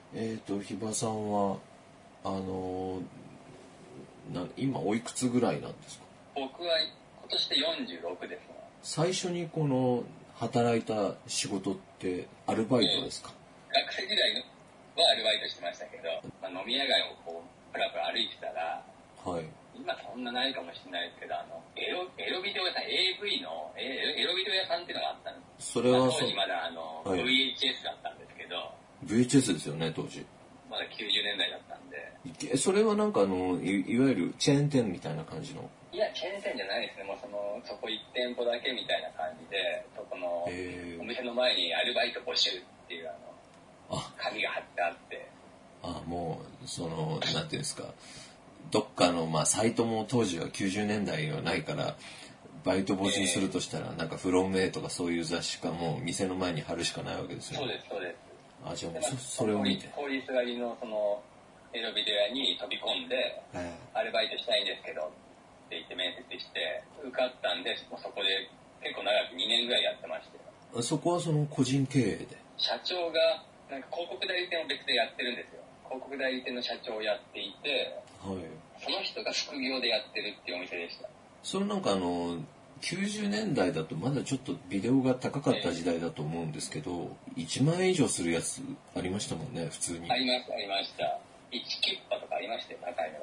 ひばさんは今おいくつぐらいなんですか？ 僕は今年で46ですね。 最初にこの働いた仕事ってアルバイトですか？ 学生時代はアルバイトしてましたけど、飲み屋街をこうプラプラ歩いてたら、 はい。 今そんなないかもしれないですけど、エロビデオ屋さん、AV のエロビデオ屋さんっていうのがあったんです。 それは当時まだはい、 VHS だったんですけど、 VHS ですよね当時。 まだ90年代だったんで。 それはなんかいわゆるチェーン店みたいな感じの。 いや、チェーン店じゃないですね。もうそこ1店舗だけみたいな感じで、そこのお店の前にアルバイト募集っていう紙が貼ってあって。 もうなんていうんですか、どっかのサイトも当時は90年代はないからバイト募集するとしたらなんかフロム A とかそういう雑誌かもう店の前に貼るしかないわけですよね。 そうです。 じゃあもうそれを見て通りすがりのエロビデオ屋に飛び込んで、アルバイトしたいんですけどって言って面接して受かったんで、もうそこで結構長く2年ぐらいやってまして。 そこは個人経営で社長がなんか広告代理店を別でやってるんですよ。広告代理店の社長をやっていて、 はい、 その人が副業でやってるっていうお店でした。 それなんか90年代だとまだちょっとビデオが高かった時代だと思うんですけど、1万円以上するやつありましたもんね普通に。 ありました。1キッパとかありましたよ、高いのだ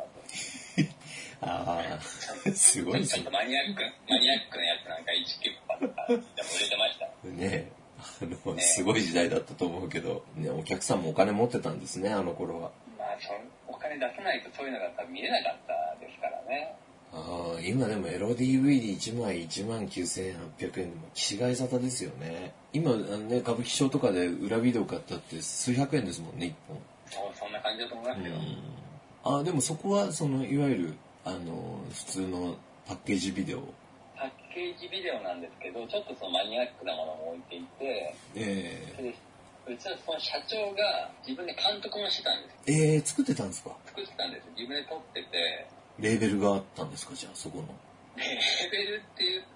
と。すごいですね。 ちょっとマニアックなやつなんか1キッパとかでも売れてました。 ねすごい時代だったと思うけど、ね、お客さんもお金持ってたんですね、あの頃は。 お金出さないとそういうのが多分見れなかったですからね。 今でもエロ DVD1 枚19,800円でも気違い沙汰ですよね。今ね、歌舞伎町とかで裏ビデオ買ったって数百円ですもんね、1本。 そんな感じだと思いますよ。 でもそこはいわゆる普通のパッケージビデオ。 パッケージビデオなんですけど、ちょっとマニアックなものも置いていて、うちのその社長が自分で監督もしてたんです。 作ってたんですか？ 作ってたんです。自分で撮ってて。 レーベルがあったんですか、じゃあそこの。 レーベル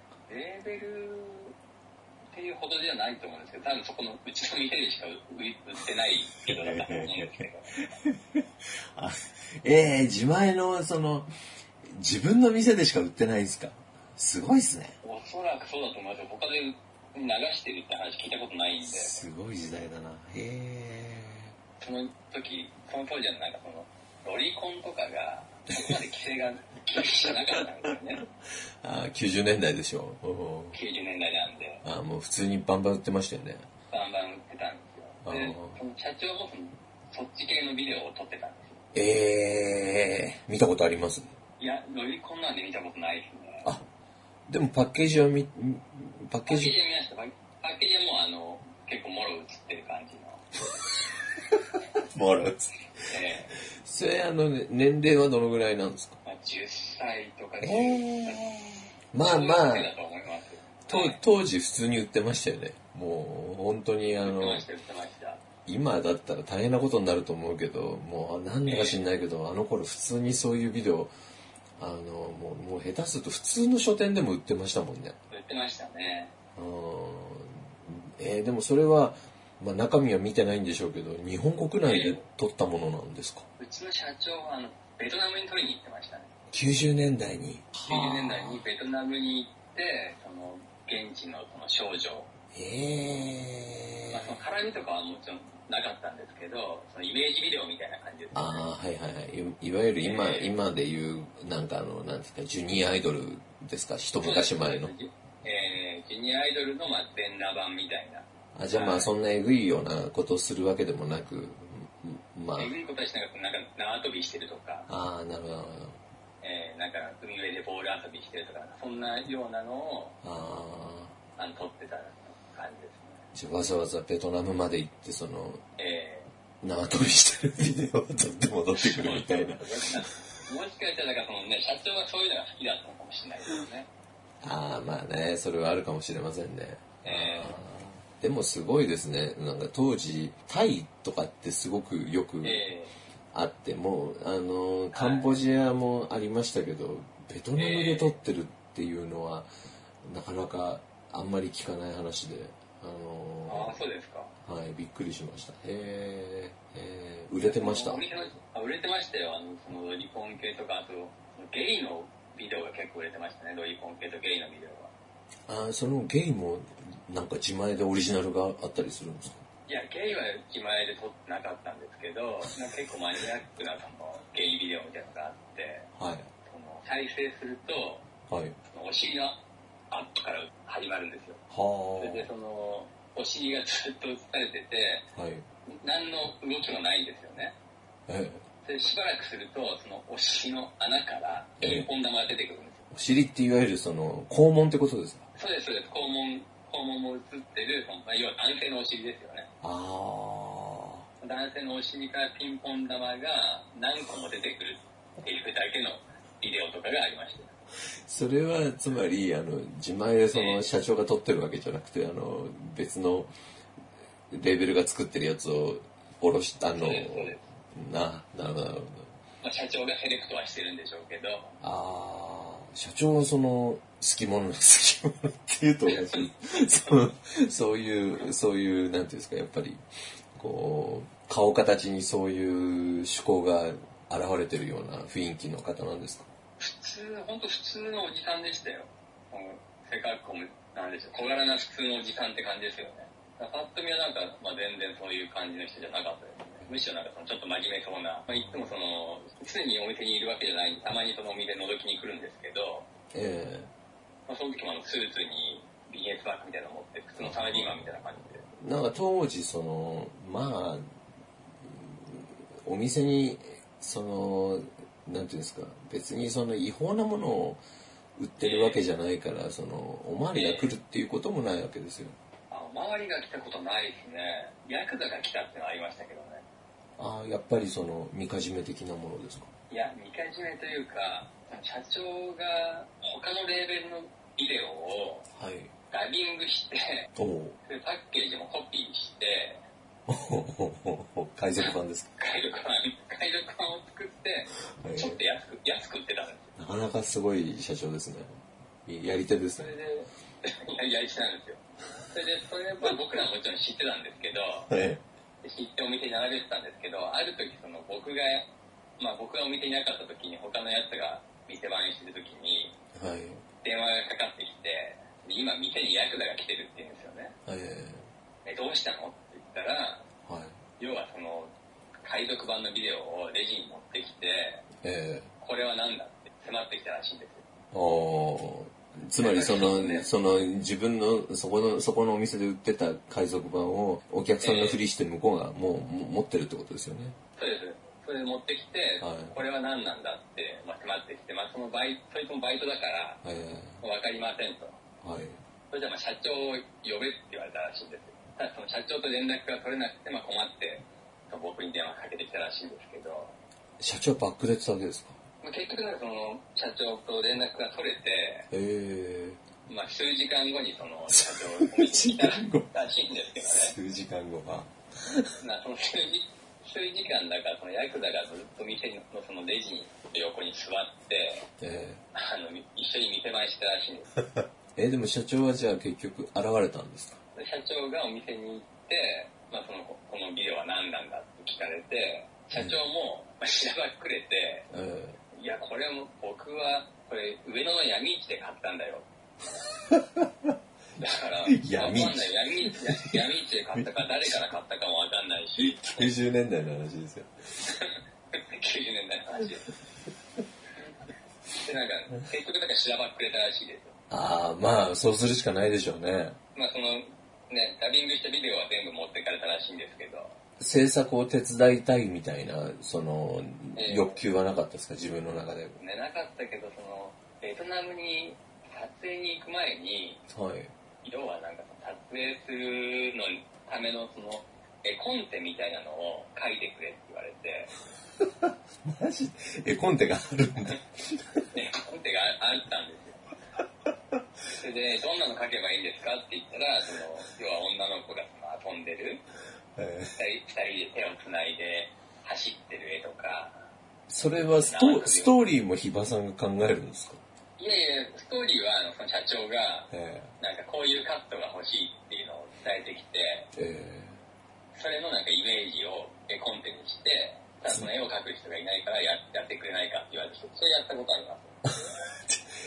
っていうほどじゃないと思うんですけど、多分そこのうちの店でしか売ってないけどだと思うんですけど。 自前の自分の店でしか売ってないんですか？すごいですね。 おそらくそうだと思います。他で流してるって話聞いたことないんで。 すごい時代だな。 その当時はなんかロリコンとかがそこまで規制が厳しくなかったんですよね。 90年代でしょ。 90年代なんで。 もう普通にバンバン売ってましたよね。 バンバン売ってたんですよ。で、その社長もそっち系のビデオを撮ってたんですよ。見たことあります？ いや、ロリコンなんで見たことないですね。 でもパッケージはパッケージは見ました。パッケージはもう結構もろ映ってる感じの。 もろ映ってる。それ年齢はどのぐらいなんですか ？10歳とか10歳。 まあまあ、 だと思います。 当時普通に売ってましたよね。もう本当に売ってました。 今だったら大変なことになると思うけど、もうなんだか知んないけど、あの頃普通にそういうビデオ、もう下手すると普通の書店でも売ってましたもんね。 売ってましたね。 でもそれは、中身は見てないんでしょうけど、日本国内で撮ったものなんですか？ うちの社長はベトナムに撮りに行ってましたね。 90年代に 90年代にベトナムに行って、現地の少女。その絡みとかはもちろんなかったんですけど、そのイメージビデオみたいな感じですね。 はいはいはい。いわゆる今でいうなんかなんですか、ジュニアアイドルですか、一昔前の。 ジュニアアイドルの全裸版みたいな。 じゃあそんなエグいようなことをするわけでもなく、 エグいことはしなくてなんか縄跳びしてるとか。 なるほど。 なんか海上でボール遊びしてるとか、そんなようなのを撮ってた感じですね。 わざわざベトナムまで行って縄跳びしてるビデオを撮って戻ってくるみたいな。 もしかしたら社長はそういうのが好きだったのかもしれないですね。 まあね、それはあるかもしれませんね。でもすごいですね。なんか当時タイとかってすごくよくあって、もうカンボジアもありましたけど、ベトナムで撮ってるっていうのはなかなかあんまり聞かない話で、 そうですか。 はい、びっくりしました。 売れてました？ 売れてましたよ。そのロリコン系とか、あと、ゲイのビデオが結構売れてましたね。ロリコン系とゲイのビデオは。 そのゲイもなんか自前でオリジナルがあったりするんですか？ いや、ゲイは自前で撮ってなかったんですけど、結構マニアックなそのゲイビデオみたいなのがあって、 はい。 その再生すると、はい、お尻のアップから始まるんですよ。はあ。それでその、お尻がずっと映されてて、はい、何の動きもないんですよね。でしばらくすると、そのお尻の穴からピンポン玉が出てくるんですよ。 お尻っていわゆるその肛門ってことですか？ そうです、そうです。肛門も映ってる、要は男性のお尻ですよね。男性のお尻からピンポン玉が何個も出てくるっていうだけのビデオとかがありました。 それはつまり自前でその社長が撮ってるわけじゃなくて別のレーベルが作ってるやつを下ろしたなるほど。 社長がセレクトはしてるんでしょうけど。 社長はその好きものっていうとおかしいそういうなんていうんですか、やっぱりこう顔形にそういう趣向が現れてるような雰囲気の方なんですか？ 本当普通のおじさんでしたよ。背格好もなんでしょう、小柄な普通のおじさんって感じですよね。パッと見はなんか、全然そういう感じの人じゃなかったですね。むしろなんかちょっと真面目そうな、いつもその常にお店にいるわけじゃない、たまにそのお店覗きに来るんですけど、その時もスーツにビジネスバッグみたいなの持って普通のサラリーマンみたいな感じで。 なんか当時お店になんていうんですか、別にその違法なものを売ってるわけじゃないから、おまわりが来るっていうこともないわけですよ。 おまわりが来たことないですね。ヤクザが来たってのはありましたけどね。 やっぱりみかじめ的なものですか？ いや、みかじめというか、社長が他のレーベルのビデオをダビングして、パッケージもコピーして、 海賊版ですか？ 海賊版を作って、ちょっと安く売ってたんですよ。 なかなかすごい社長ですね。やり手ですね。 それで、やり手なんですよ。それで僕らはもちろん知ってたんですけど、知ってお店に並べてたんですけど、ある時僕がお店にいなかった時に他のやつが店番してる時に、電話がかかってきて、今店にヤクザが来てるって言うんですよね。どうしたのって言ったら、要は海賊版のビデオをレジに持ってきて、これは何だって迫ってきたらしいんですよ。 つまり自分のそこのお店で売ってた海賊版をお客さんのふりして向こうがもう持ってるってことですよね。 そうです。それで持ってきて、これは何なんだって、迫ってきて、そいつもバイトだから、分かりませんと。それじゃ社長を呼べって言われたらしいんですよ。ただ社長と連絡が取れなくて、困って僕に電話かけてきたらしいんですけど。 社長バックでってたわけですか？ 結局社長と連絡が取れて、数時間後に社長を見に来たらしいんですけどね。 数時間後は数時間だからヤクザがずっと店のレジの横に座って、一緒に店番してたらしいんです。 でも社長はじゃあ結局現れたんですか？ 社長がお店に行って、このビデオは何なんだって聞かれて、社長もしらばっくれて、いや、これも僕はこれ上野の闇市で買ったんだよ。だから闇市で買ったか誰から買ったかもわかんないし。 90年代の話ですよ。 90年代の話です。で結局しらばっくれたらしいですよ。 そうするしかないでしょうね。 ダビングしたビデオは全部持ってかれたらしいんですけど。 制作を手伝いたいみたいな欲求はなかったですか、自分の中で。 なかったけどベトナムに撮影に行く前に、要は撮影するのための絵コンテみたいなのを書いてくれって言われて。 マジ？絵コンテがあるんだ。 絵コンテがあったんですよ。それでどんなの書けばいいんですかって言ったら、要は女の子が遊んでる。二人で手をつないで走ってる絵とか。それはストーリーもヒバさんが考えるんですか？ いやいや、ストーリーは社長がこういうカットが欲しいっていうのを伝えてきて、それのイメージを絵コンテにして、ただその絵を描く人がいないからやってくれないかって言われて、それやったことあります。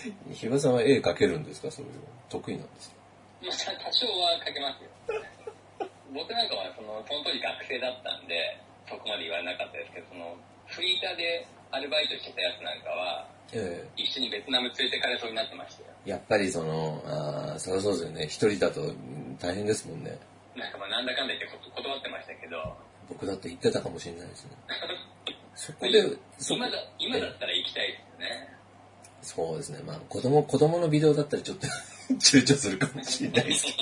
比嘉さんは絵描けるんですか？そういうの得意なんですか？ 多少は描けますよ。僕なんかはその当時学生だったんで、そこまで言われなかったですけど、フリーターでアルバイトしてたやつなんかは、一緒にベトナム連れてかれそうになってましたよ。 やっぱりそうですよね。一人だと大変ですもんね。 なんかなんだかんだ言って断ってましたけど。 僕だって言ってたかもしれないですね。そこで、 今だったら行きたいですよね。 そうですね。まあ子供のビデオだったらちょっと躊躇するかもしれないです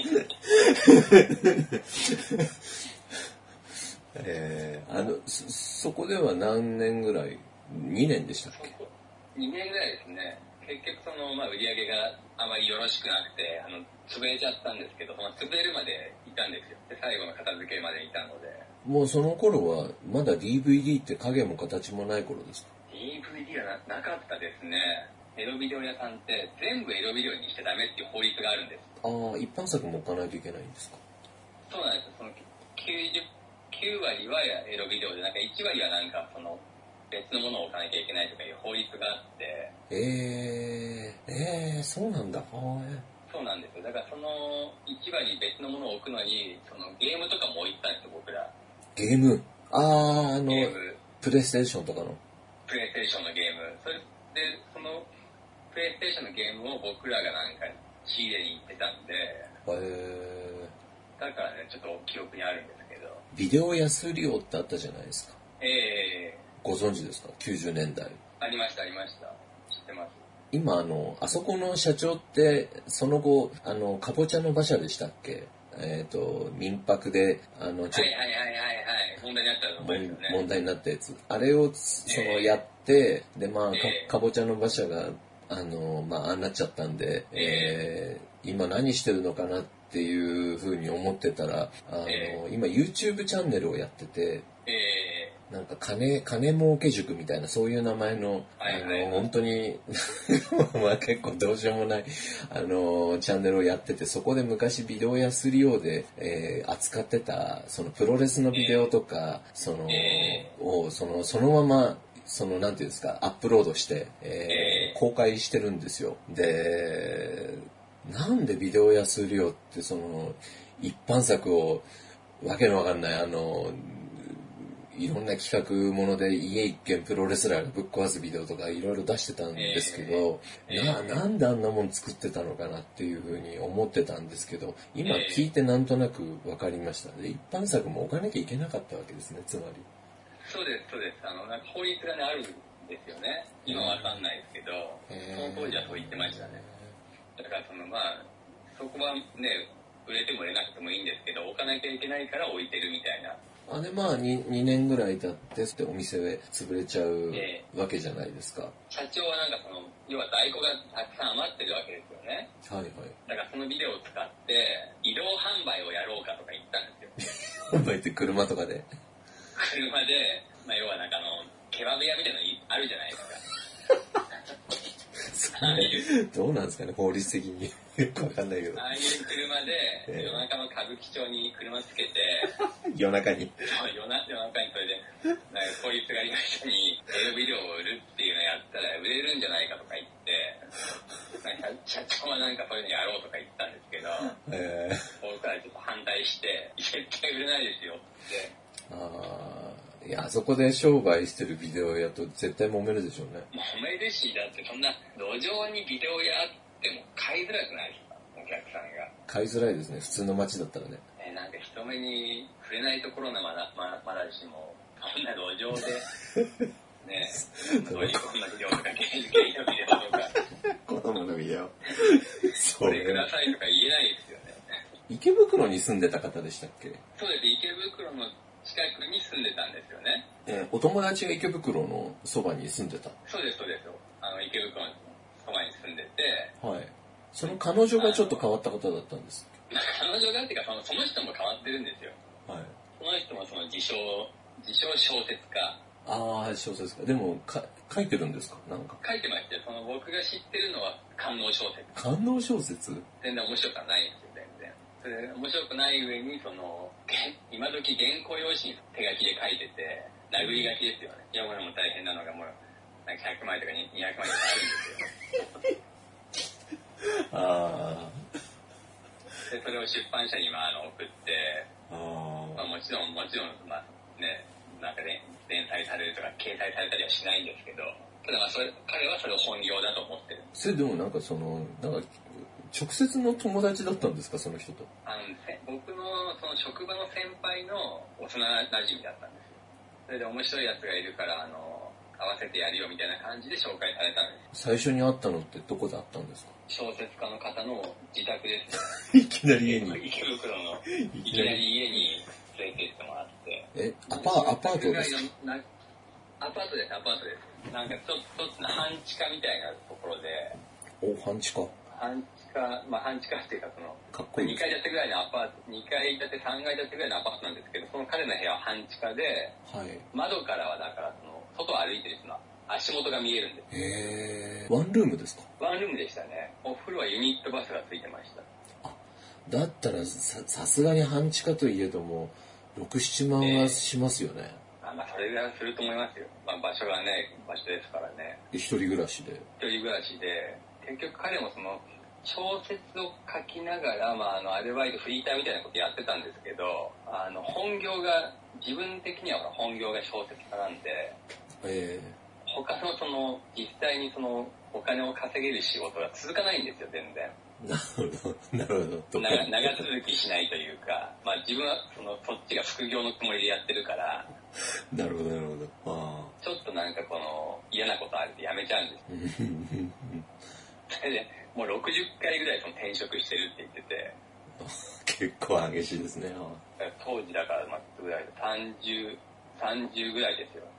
けど。そこでは何年ぐらい ?2 年でしたっけ ？2年ぐらいですね。結局売り上げがあまりよろしくなくて、潰れちゃったんですけど、潰れるまでいたんですよ。で、最後の片付けまでいたので。 もうその頃は、まだ DVD って影も形もない頃ですか？ DVD はなかったですね。エロビデオ屋さんって全部エロビデオにしちゃダメっていう法律があるんです。 一般作も置かないといけないんですか？ そうなんです。9割はエロビデオで、なんか1割はなんか別のものを置かなきゃいけないとかいう法律があって。 そうなんだ。 そうなんですよ。だから1割別のものを置くのに、ゲームとかも置いてたんですよ、僕ら。 ゲーム？ ゲーム。 プレイステーションとかの？ プレイステーションのゲーム。それで、プレイステーションのゲームを僕らがなんか仕入れに行ってたんで。だからね、ちょっと記憶にあるんですけど。 ビデオ安利用ってあったじゃないですか。ご存知ですか？90年代。 ありました。知ってます。 今あそこの社長って、その後、かぼちゃの馬車でしたっけ？民泊で、 問題になったやつですよね。 問題になったやつ。あれを、やって、で、かぼちゃの馬車が、ああなっちゃったんで、今何してるのかなっていうふうに思ってたら、今 YouTube チャンネルをやってて、なんか金儲け塾みたいなそういう名前の、本当に結構どうしようもないチャンネルをやってて、そこで昔ビデオやすりようで、扱ってたそのプロレスのビデオとかそのままなんていうんですか、アップロードして、公開してるんですよ。で、なんでビデオやすりようって一般作をわけのわかんないいろんな企画もので家一軒プロレスラーがぶっ壊すビデオとかいろいろ出してたんですけど、なんであんなもん作ってたのかなっていうふうに思ってたんですけど、今聞いてなんとなく分かりました。で、一般作も置かなきゃいけなかったわけですね、つまり。 そうです。なんか法律がね、あるんですよね。今わかんないですけど、その当時はそう言ってましたね。だからそこはね、売れても売れなくてもいいんですけど、置かなきゃいけないから置いてるみたいな。 で2年ぐらい経ってお店で潰れちゃうわけじゃないですか。 社長はなんか要は在庫がたくさん余ってるわけですよね。 はいはい。 だからそのビデオを使って移動販売をやろうかとか言ったんですよ。販売って車とかで？ 車で、要はなんかケバブ屋みたいなのあるじゃないですか。 どうなんですかね、法律的に。よくわかんないけど。 ああいう車で、夜中の歌舞伎町に車つけて、 夜中に。 夜中にそれで、法律がありましたに、エロビデオを売るっていうのやったら売れるんじゃないかとか言って、社長はなんかそういうのやろうとか言ったんですけど、僕はちょっと反対して、絶対売れないですよって。 いや、あそこで商売してるビデオ屋と絶対揉めるでしょうね。 揉めるし、だってそんな路上にビデオ屋あっても買いづらくないですか、お客さんが。 買いづらいですね、普通の街だったらね。 なんか人目に触れないところのまだしも、そんな路上で、ね、ドリコンのビデオとか、ゲイのビデオとか、 子供のビデオ。 それくださいとか言えないですよね。 池袋に住んでた方でしたっけ？ そうです、池袋の近くに住んでたんですよね。 お友達が池袋のそばに住んでた？ そうです。池袋のそばに住んでて。 はい。その彼女がちょっと変わった方だったんです。 彼女がっていうか、その人も変わってるんですよ。 はい。 その人も自称小説家。 小説家。でも書いてるんですか？なんか。 書いてまして、僕が知ってるのは官能小説。 官能小説？ 全然面白くはないんですよ、全然。 それ面白くない上に、今時原稿用紙に手書きで書いてて、殴り書きですよね。読むのも大変なのがもう、なんか100枚とか200枚とかあるんですよ。 あで、それを出版社に送って、まあ、もちろん、まあね、なんかね、連載されるとか掲載されたりはしないんですけど、ただまあ彼はそれを本業だと思ってる。 それでもなんか直接の友達だったんですか、その人と。 僕のその職場の先輩の幼馴染だったんですよ。それで面白いやつがいるから合わせてやるよみたいな感じで紹介されたんです。 最初に会ったのってどこで会ったんですか？ 小説家の方の自宅です。 いきなり家に。 池袋のいきなり家に連れて行ってもらって。 アパートですか？ アパートです。なんかちょっと半地下みたいなところで。 半地下っていうかかっこいい 2階建てぐらいのアパート、2階建て3階建てぐらいのアパートなんですけど、その彼の部屋は半地下で、 はい、 窓からはだから外を歩いてる人の足元が見えるんです。 へー。ワンルームですか？ ワンルームでしたね。お風呂はユニットバスがついてました。 だったらさすがに半地下といえども6、7万はしますよね。 まあそれぐらいはすると思いますよ。まあ場所ですからね。 一人暮らしで。 結局彼も小説を書きながら、アルバイト、フリーターみたいなことやってたんですけど、自分的には本業が小説家なんで、他の実際にお金を稼げる仕事が続かないんですよ、全然。 なるほど。 長続きしないというか、自分はそっちが副業のつもりでやってるから、 なるほど。 ちょっとなんか嫌なことあるってやめちゃうんです。それで、もう60回ぐらい転職してるって言ってて。 結構激しいですね。 当時だからぐらい30ぐらいですよ。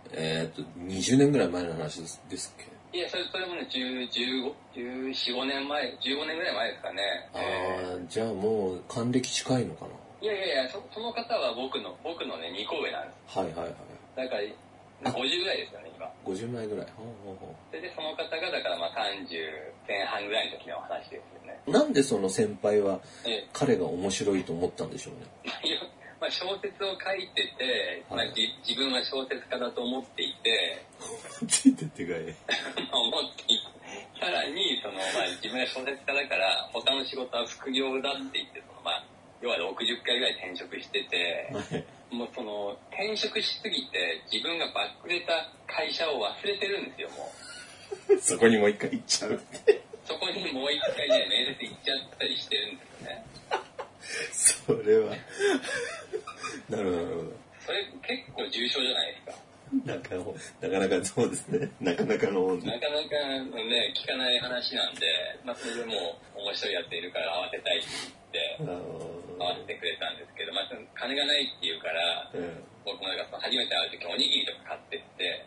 20年ぐらい前の話ですっけ？ いや、それもね、15年ぐらい前ですかね。 じゃあもう還暦近いのかな？ いや、その方は僕のね、2個上なんです。 はい。 だから、50ぐらいですよね、今。 50枚ぐらい。 それでその方がだから30前半ぐらいの時の話ですよね。 なんでその先輩は彼が面白いと思ったんでしょうね。 小説を書いてて、自分は小説家だと思っていて、 思っていて、 さらに自分が小説家だから他の仕事は副業だって言って要は60回ぐらい転職してて、もう転職しすぎて自分がバックれた会社を忘れてるんですよ、もう。そこにもう一回行っちゃう。 そこにもう一回ね、面接行っちゃったりしてるんですよね。 それはなるほど。 それ結構重症じゃないですか。 なかなかそうですね。なかなかね、 聞かない話なんで、それでもう面白いやついるから合わせたいって言って合わせてくれたんですけど、金がないって言うから、僕も初めて会う時おにぎりとか買ってって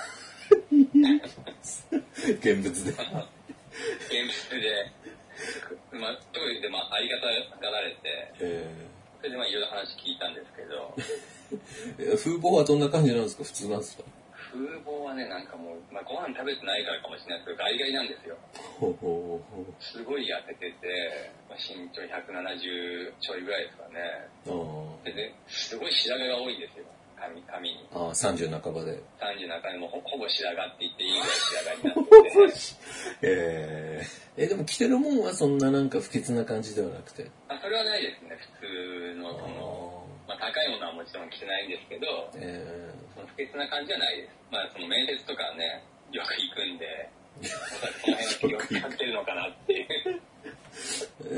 現物で特にありがたがられて、それでいろいろ話聞いたんですけど風貌はどんな感じなんですか？普通なんですか？ 風貌はね、なんかもう、ご飯食べてないからかもしれないですけど、ガリガリなんですよ。すごい痩せてて、身長170ちょいぐらいですかね。すごい白髪が多いんですよ、髪に。 30半ばで。 30半ばでもほぼ白髪って言っていいぐらい白髪になってて。 でも着てるもんはそんななんか不潔な感じではなくて。 それはないですね、普通の高いものはもちろん着てないんですけど、不潔な感じはないです。面接とかね、よく行くんで、この辺の気を使ってるのかなっていう。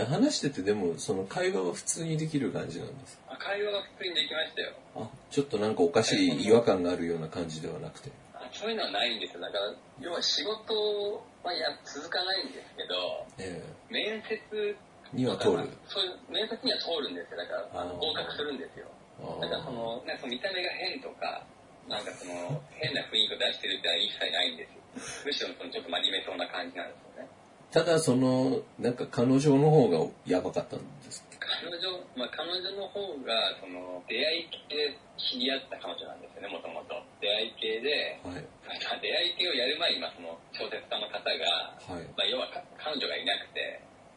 話しててでも会話は普通にできる感じなんですか？ 会話は普通にできましたよ。 ちょっとなんかおかしい違和感があるような感じではなくて。 そういうのはないんですよ。だから要は仕事は続かないんですけど、面接には通る。 そういう面接には通るんですよ。だから合格するんですよ。だから見た目が変とか、なんか変な雰囲気を出してるってのは一切ないんですよ。むしろちょっと真面目そうな感じなんですよね。 ただなんか彼女の方がやばかったんですか？ 彼女の方が出会い系で知り合った彼女なんですよね、もともと。出会い系で、出会い系をやる前に小説家の方が、要は彼女がいなくて、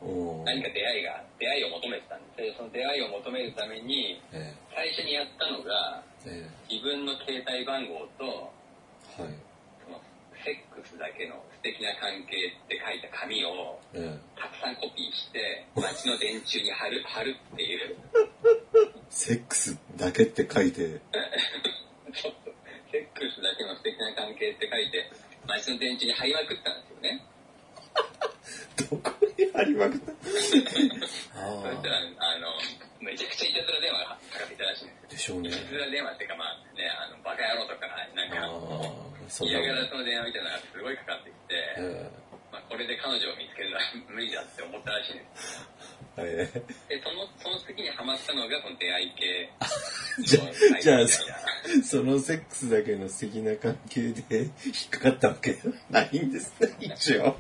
何か出会いを求めてたんです。でその出会いを求めるために、最初にやったのが、自分の携帯番号と、そのセックスだけの素敵な関係って書いた紙を、たくさんコピーして街の電柱に貼るっていうセックスだけって書いてちょっとセックスだけの素敵な関係って書いて街の電柱に貼りまくったんですよね。 どこに貼りまくったそしたらめちゃくちゃいたずら電話がかかっていたらしいんですよ。 でしょうね。 いたずら電話っていうかバカ野郎とかなんか嫌がらせの電話みたいなのがすごいかかってきて、これで彼女を見つけるのは無理だって思ったらしいんです。でその次にハマったのがその出会い系じゃあそのセックスだけの素敵な関係で引っかかったわけじゃないんですね、一応。 違います。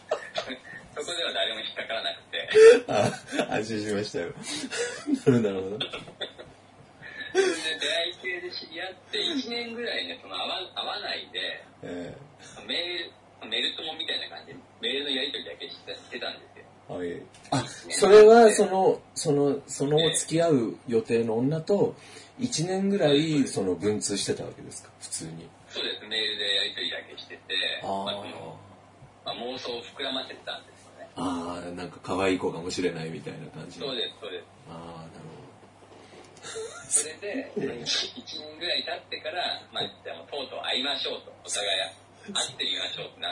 そこでは誰も引っかからなくて安心しましたよ。なるほど。 で出会い系で知り合って1年ぐらいね、その会わないで、メル友みたいな感じでメールのやり取りだけしてたんですよ。 それはその付き合う予定の女と1年ぐらいその文通してたわけですか、普通に。 そうです、メールでやり取りだけしてて、妄想を膨らませてたんですよね。 なんか可愛い子かもしれないみたいな感じ。 そうです。 なるほど。 それで1年ぐらい経ってから、じゃあとうとう会いましょうと、お互い会ってみましょうってなって、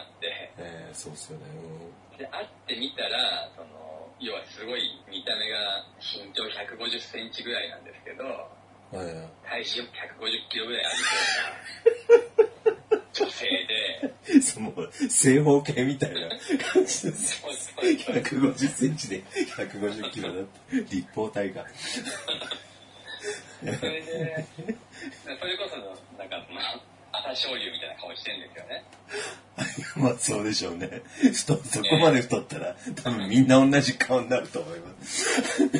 そうですよね。 で会ってみたら要はすごい見た目が身長150センチぐらいなんですけど、体重150キロぐらいありそうな女性で正方形みたいな感じです。150センチで150キロだって立方体が。 それこそなんか朝青龍みたいな顔してるんですよね。 そうでしょうね。そこまで太ったら多分みんな同じ顔になると思います。 それ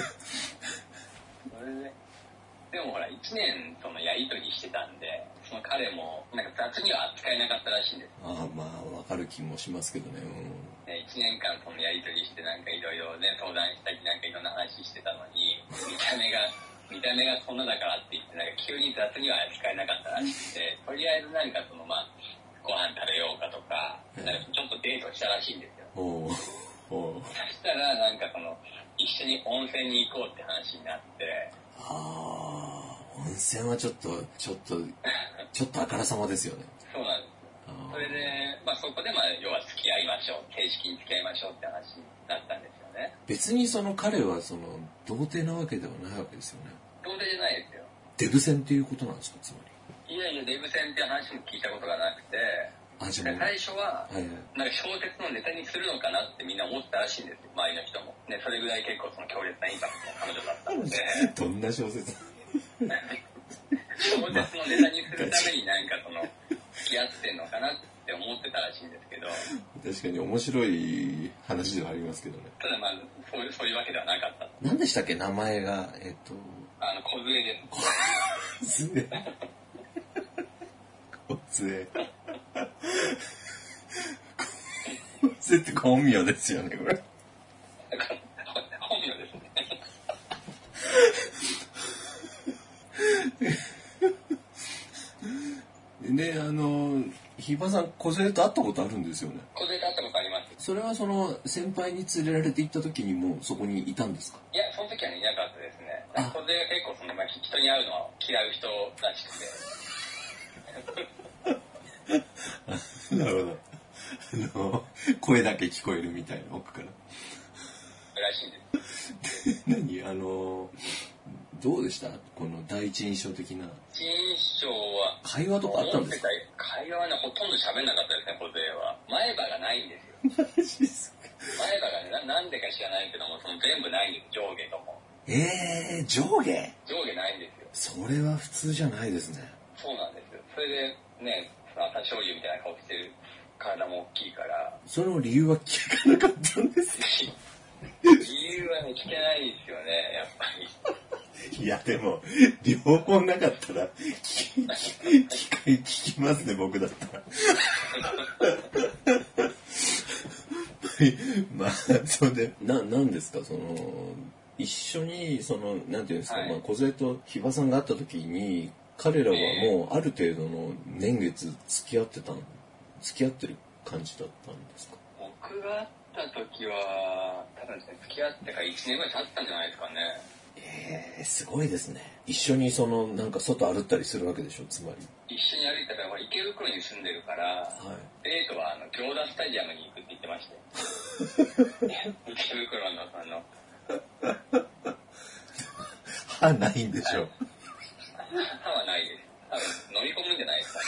でもほら1年そのやり取りしてたんで、その彼もなんか雑には扱えなかったらしいんです。 わかる気もしますけどね。 1年間そのやり取りしてなんかいろいろね相談したりなんかいろんな話してたのに、見た目がそんなだからって言ってなんか急に雑には扱えなかったらしくて、とりあえずなんかご飯食べようかとか、なんかちょっとデートしたらしいんですよ。そしたらなんか一緒に温泉に行こうって話になって。 温泉はちょっとあからさまですよね。 そうなんです。それでそこで要は付き合いましょう、正式に付き合いましょうって話になったんですよね。 別に彼は童貞なわけではないわけですよね。 童貞じゃないですよ。 デブ戦っていうことなんですか、つまり。いやデブ戦って話も聞いたことがなくて、最初はなんか小説のネタにするのかなってみんな思ったらしいんですよ、周りの人も。ね、それぐらい結構強烈なインパクトの彼女だったので。 どんな小説？ 小説のネタにするためになんか付き合ってんのかなって思ってたらしいんですけど。 確かに面白い話ではありますけどね。 ただそういうわけではなかった。 何でしたっけ、名前が。 小杖です。 小杖。小杖。小杖って本名ですよね、これ。 本名ですね。で、ひばさん、小杖と会ったことあるんですよね。 小杖と会ったことあります。 それは先輩に連れられて行った時にもそこにいたんですか？ いや、その時はね、いなかったですね。小杖が結構人に会うのは嫌う人らしくて。なるほど。声だけ聞こえるみたいな、奥から。 らしいです。 どうでした？この第一印象的な。 第一印象は。 会話とかあったんですか？ 会話はね、ほとんど喋んなかったですね、小杖は。前歯がないんですよ。 マジですか？ 前歯がね、なんでか知らないけども、全部ないんです、上下とも。 上下？ 上下ないんですよ。それは普通じゃないですね。 そうなんですよ。それでね、朝青龍みたいな顔してる体も大きいから。 その理由は聞かなかったんですよ。 理由はね、聞けないですよね、やっぱり。いや、でも、両方なかったら、聞きますね、僕だったら。 まあ、それで、なんですか、一緒に、なんていうんですか、まあ、梢と比嘉さんが会った時に、彼らはもうある程度の年月付き合ってる感じだったんですか？ 僕が会った時は、多分ですね、付き合ってから1年ぐらい経ったんじゃないですかね。 すごいですね。一緒になんか外歩ったりするわけでしょ、つまり。 一緒に歩いたら、池袋に住んでるから、デートは餃子スタジアムに行くって言ってましたよ。池袋の歯ないんでしょ。 歯はないです。多分飲み込むんじゃないですか。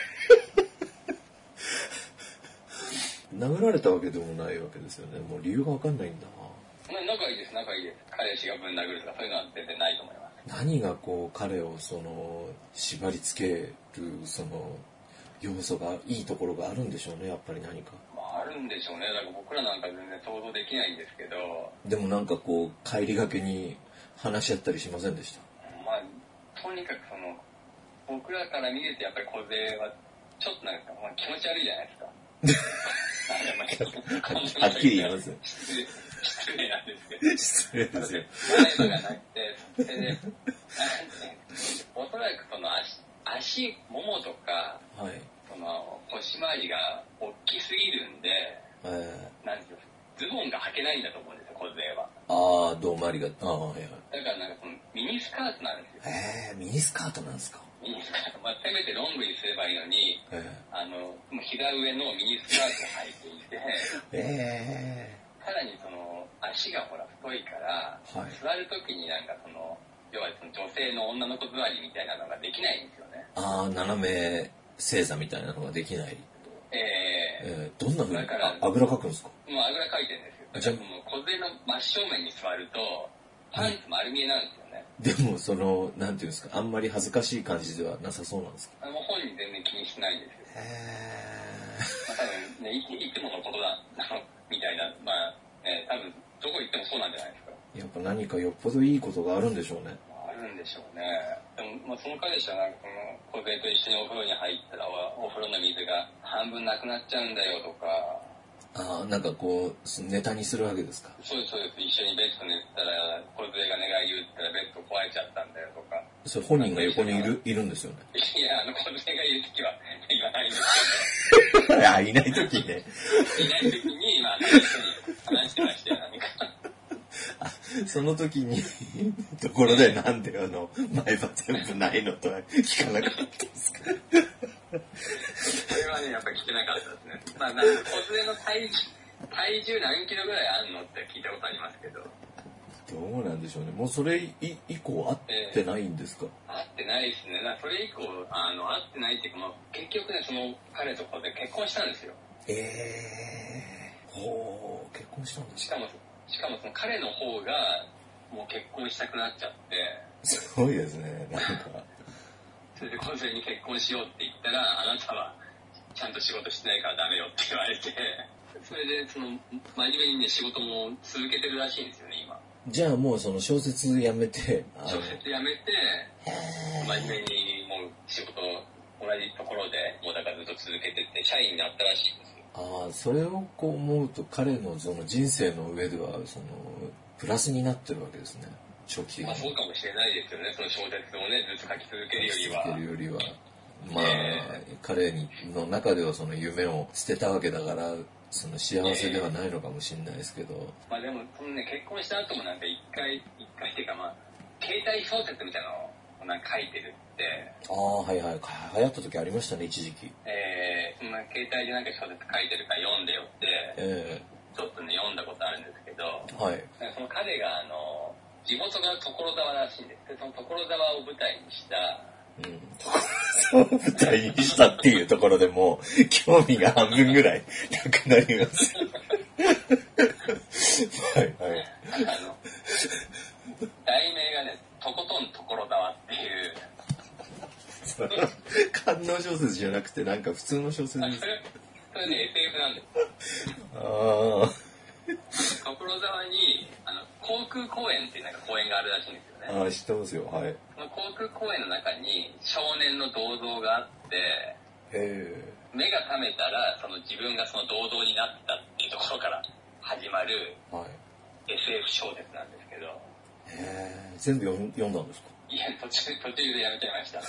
殴られたわけでもないわけですよね。もう理由がわかんないんだな。 仲いいです。彼氏がぶん殴るとかそういうのは全然ないと思います。 何が彼を縛り付ける要素がいいところがあるんでしょうね、やっぱり何か。 あるんでしょうね。だから僕らなんか全然想像できないんですけど。 でもなんか帰りがけに話し合ったりしませんでした？ まあとにかく僕らから見るとやっぱり梢はちょっとなんか、気持ち悪いじゃないですか。 はっきり言います。 失礼なんですけど。 失礼ですよ。 前歯がなくて、それで、おそらく足、ももとか、腰回りが大きすぎるんで、なんていうの、ズボンが履けないんだと思うんですよ、梢は。 ああ、胴回りが、はいはい。 だからなんかミニスカートなんですよ。 ミニスカートなんですか？ ミニスカート。せめてロングにすればいいのに、もう膝上のミニスカートを履いていて、さらに足が太いから、座るときになんか要は女性の女の子座りみたいなのができないんですよね。 斜め正座みたいなのができない。どんな風にあぐらかくんですか？ もうあぐらかいてるんですよ。だから梢の真正面に座ると、パンツ丸見えなんですよね。 でもなんていうんですか、あんまり恥ずかしい感じではなさそうなんですか？ もう本人全然気にしないんですよ。多分ね、いつものことだ、みたいな、多分どこ行ってもそうなんじゃないですか。 やっぱ何かよっぽどいいことがあるんでしょうね。 あるんでしょうね。でも、その彼氏はなんか梢と一緒にお風呂に入ったら、お風呂の水が半分なくなっちゃうんだよとか。 なんかネタにするわけですか？ そうです。一緒にベッド寝たら、梢が寝返り打ったらベッド壊れちゃったんだよとか。 それ本人が横にいるんですよね。 いや、梢がいるときは言わないんですけど。 いないときね。 いないときに、話してましたよ、何か。 その時に、ところでなんで前歯全部ないのとは聞かなかったですか？ それはね、やっぱり聞けなかったですね。梢の体重何キロぐらいあるのって聞いたことありますけど。 どうなんでしょうね。もうそれ以降会ってないんですか？ 会ってないですね。それ以降、会ってないっていうか、結局ね、その彼と梢結婚したんですよ。 結婚したんですか？ しかもその彼の方がもう結婚したくなっちゃって。 すごいですね、なんか。 それで梢に結婚しようって言ったら、あなたはちゃんと仕事してないからダメよって言われて、それで真面目にね、仕事も続けてるらしいんですよね、今。 じゃあもう小説やめて。 小説やめて、真面目にもう仕事同じところで、もうだからずっと続けてって、社員になったらしいんですよ。 それを思うと彼の人生の上ではプラスになってるわけですね。長期的に。 そうかもしれないですよね。その小説をね、ずっと書き続けるよりは。 彼の中では夢を捨てたわけだから、幸せではないのかもしれないですけど。 でも、結婚した後もなんか一回っていうか携帯小説みたいなのをなんか書いてるって。 はいはい。流行った時ありましたね、一時期。 そんな携帯でなんか小説書いてるから読んでよって、ちょっとね、読んだことあるんですけど、その彼が地元が所沢らしいんですけど、その所沢を舞台にした、 舞台にしたっていうところでもう興味が半分ぐらいなくなります。 題名がね、とことん所沢っていう。 官能小説じゃなくてなんか普通の小説です。 それね、SF なんです。所沢に航空公園っていうなんか公園があるらしいんですよね。 知ってますよ。はい。 その航空公園の中に少年の銅像があって、目が覚めたら自分がその銅像になったっていうところから始まる SF 小説なんですけど。 全部読んだんですか？ いや、途中でやめちゃいました。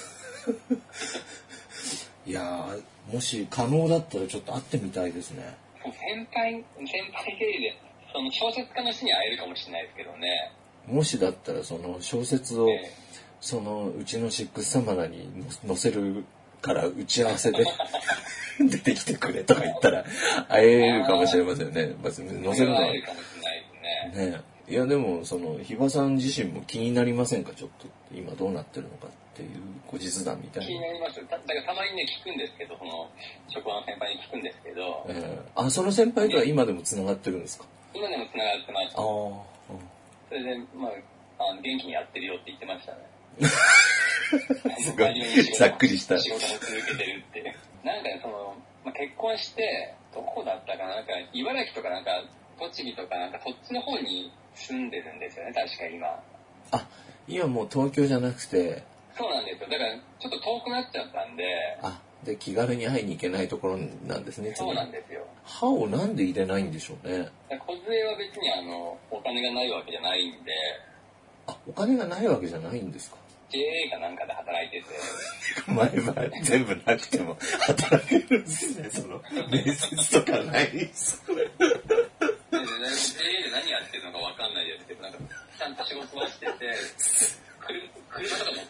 いやー、もし可能だったらちょっと会ってみたいですね。 先輩経由で、その小説家の人に会えるかもしれないですけどね。 もしだったらその小説を、そのうちのシックスサマナに載せるから打ち合わせで出てきてくれとか言ったら会えるかもしれませんね。別に載せるのは。 会えるかもしれないですね。 ね。いやでもその比嘉さん自身も気になりませんか？ちょっと今どうなってるのかっていう後日談みたいな。 気になります。だからたまにね聞くんですけど、その職場の先輩に聞くんですけど。 その先輩とは今でもつながってるんですか？ 今でもつながってます。それで元気にやってるよって言ってましたね。 すごいざっくりした仕事も続けてるって。なんかね、結婚してどこだったかな、なんか茨城とかなんか栃木とかなんかそっちの方に住んでるんですよね、確か今。 今もう東京じゃなくて。 そうなんですよ。だからちょっと遠くなっちゃったんで。 で気軽に会いに行けないところなんですね。 そうなんですよ。 歯をなんで入れないんでしょうね。 小杖は別にお金がないわけじゃないんで。 お金がないわけじゃないんですか？ JA かなんかで働いてて。 前々全部なくても働けるんですね。その面接とかないです。 JA で何やってるのかわかんないですけど、なんかちゃんと仕事はしてて、車とか持っ